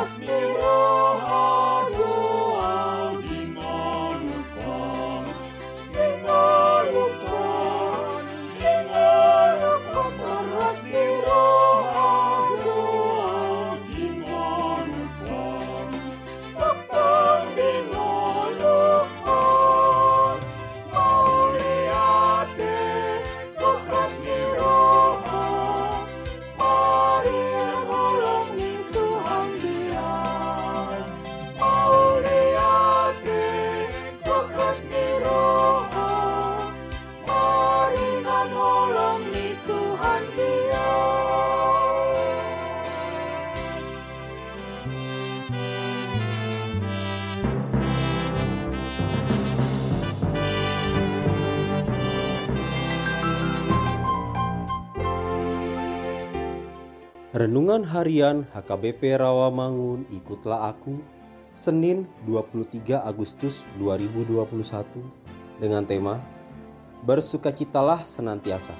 Renungan Harian HKBP Rawamangun, ikutlah aku, Senin 23 Agustus 2021 dengan tema Bersukacitalah senantiasa.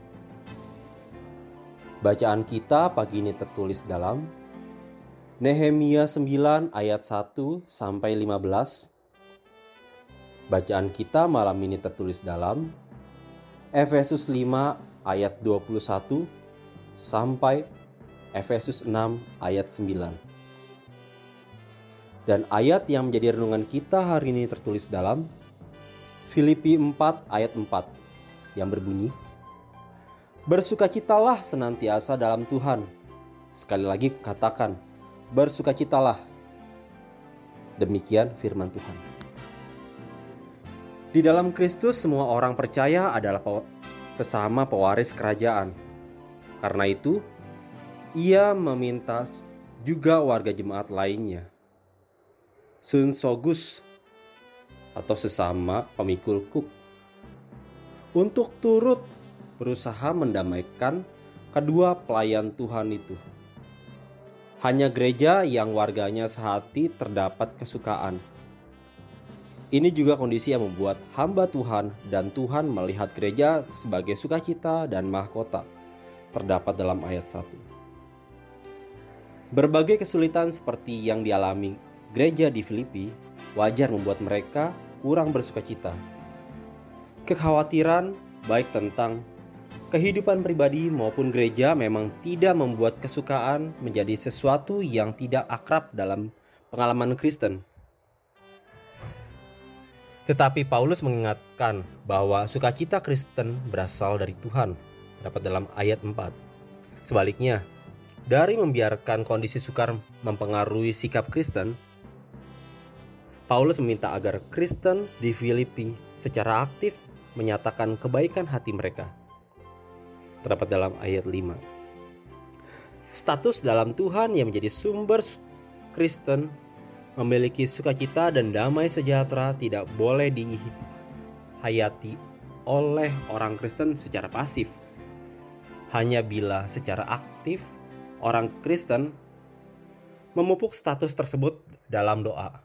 Bacaan kita pagi ini tertulis dalam Nehemia 9 ayat 1 sampai 15. Bacaan kita malam ini tertulis dalam Efesus 5 ayat 21 sampai Efesus 6 ayat 9. Dan ayat yang menjadi renungan kita hari ini tertulis dalam Filipi 4 ayat 4 yang berbunyi, Bersukacitalah senantiasa dalam Tuhan. Sekali lagi katakan, bersukacitalah. Demikian firman Tuhan. Di dalam Kristus semua orang percaya adalah sesama pewaris kerajaan. Karena itu, ia meminta juga warga jemaat lainnya, Sunsogus atau sesama pemikul kuk, untuk turut berusaha mendamaikan kedua pelayan Tuhan itu. Hanya gereja yang warganya sehati terdapat kesukaan. Ini juga kondisi yang membuat hamba Tuhan dan Tuhan melihat gereja sebagai sukacita dan mahkota, terdapat dalam ayat 1. Berbagai kesulitan seperti yang dialami gereja di Filipi wajar membuat mereka kurang bersukacita. Kekhawatiran baik tentang kehidupan pribadi maupun gereja memang tidak membuat kesukaan menjadi sesuatu yang tidak akrab dalam pengalaman Kristen. Tetapi Paulus mengingatkan bahwa sukacita Kristen berasal dari Tuhan, dapat dalam ayat 4. Sebaliknya, dari membiarkan kondisi sukar mempengaruhi sikap Kristen, Paulus meminta agar Kristen di Filipi secara aktif menyatakan kebaikan hati mereka. Terdapat dalam ayat 5. Status dalam Tuhan yang menjadi sumber Kristen memiliki sukacita dan damai sejahtera tidak boleh dihayati oleh orang Kristen secara pasif. Hanya bila secara aktif orang Kristen memupuk status tersebut dalam doa,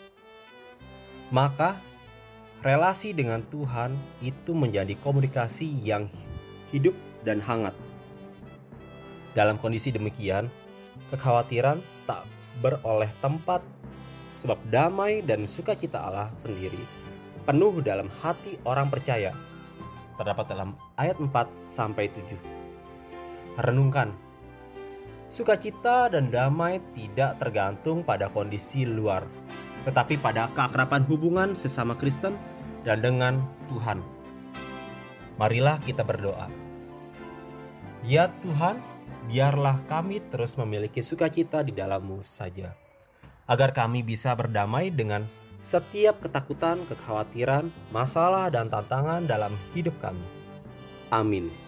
maka relasi dengan Tuhan itu menjadi komunikasi yang hidup dan hangat. Dalam kondisi demikian, kekhawatiran tak beroleh tempat, sebab damai dan sukacita Allah sendiri penuh dalam hati orang percaya. Terdapat dalam ayat 4 sampai 7. Renungkan. Sukacita dan damai tidak tergantung pada kondisi luar, tetapi pada keakraban hubungan sesama Kristen dan dengan Tuhan. Marilah kita berdoa. Ya Tuhan, biarlah kami terus memiliki sukacita di dalam-Mu saja, agar kami bisa berdamai dengan setiap ketakutan, kekhawatiran, masalah dan tantangan dalam hidup kami. Amin.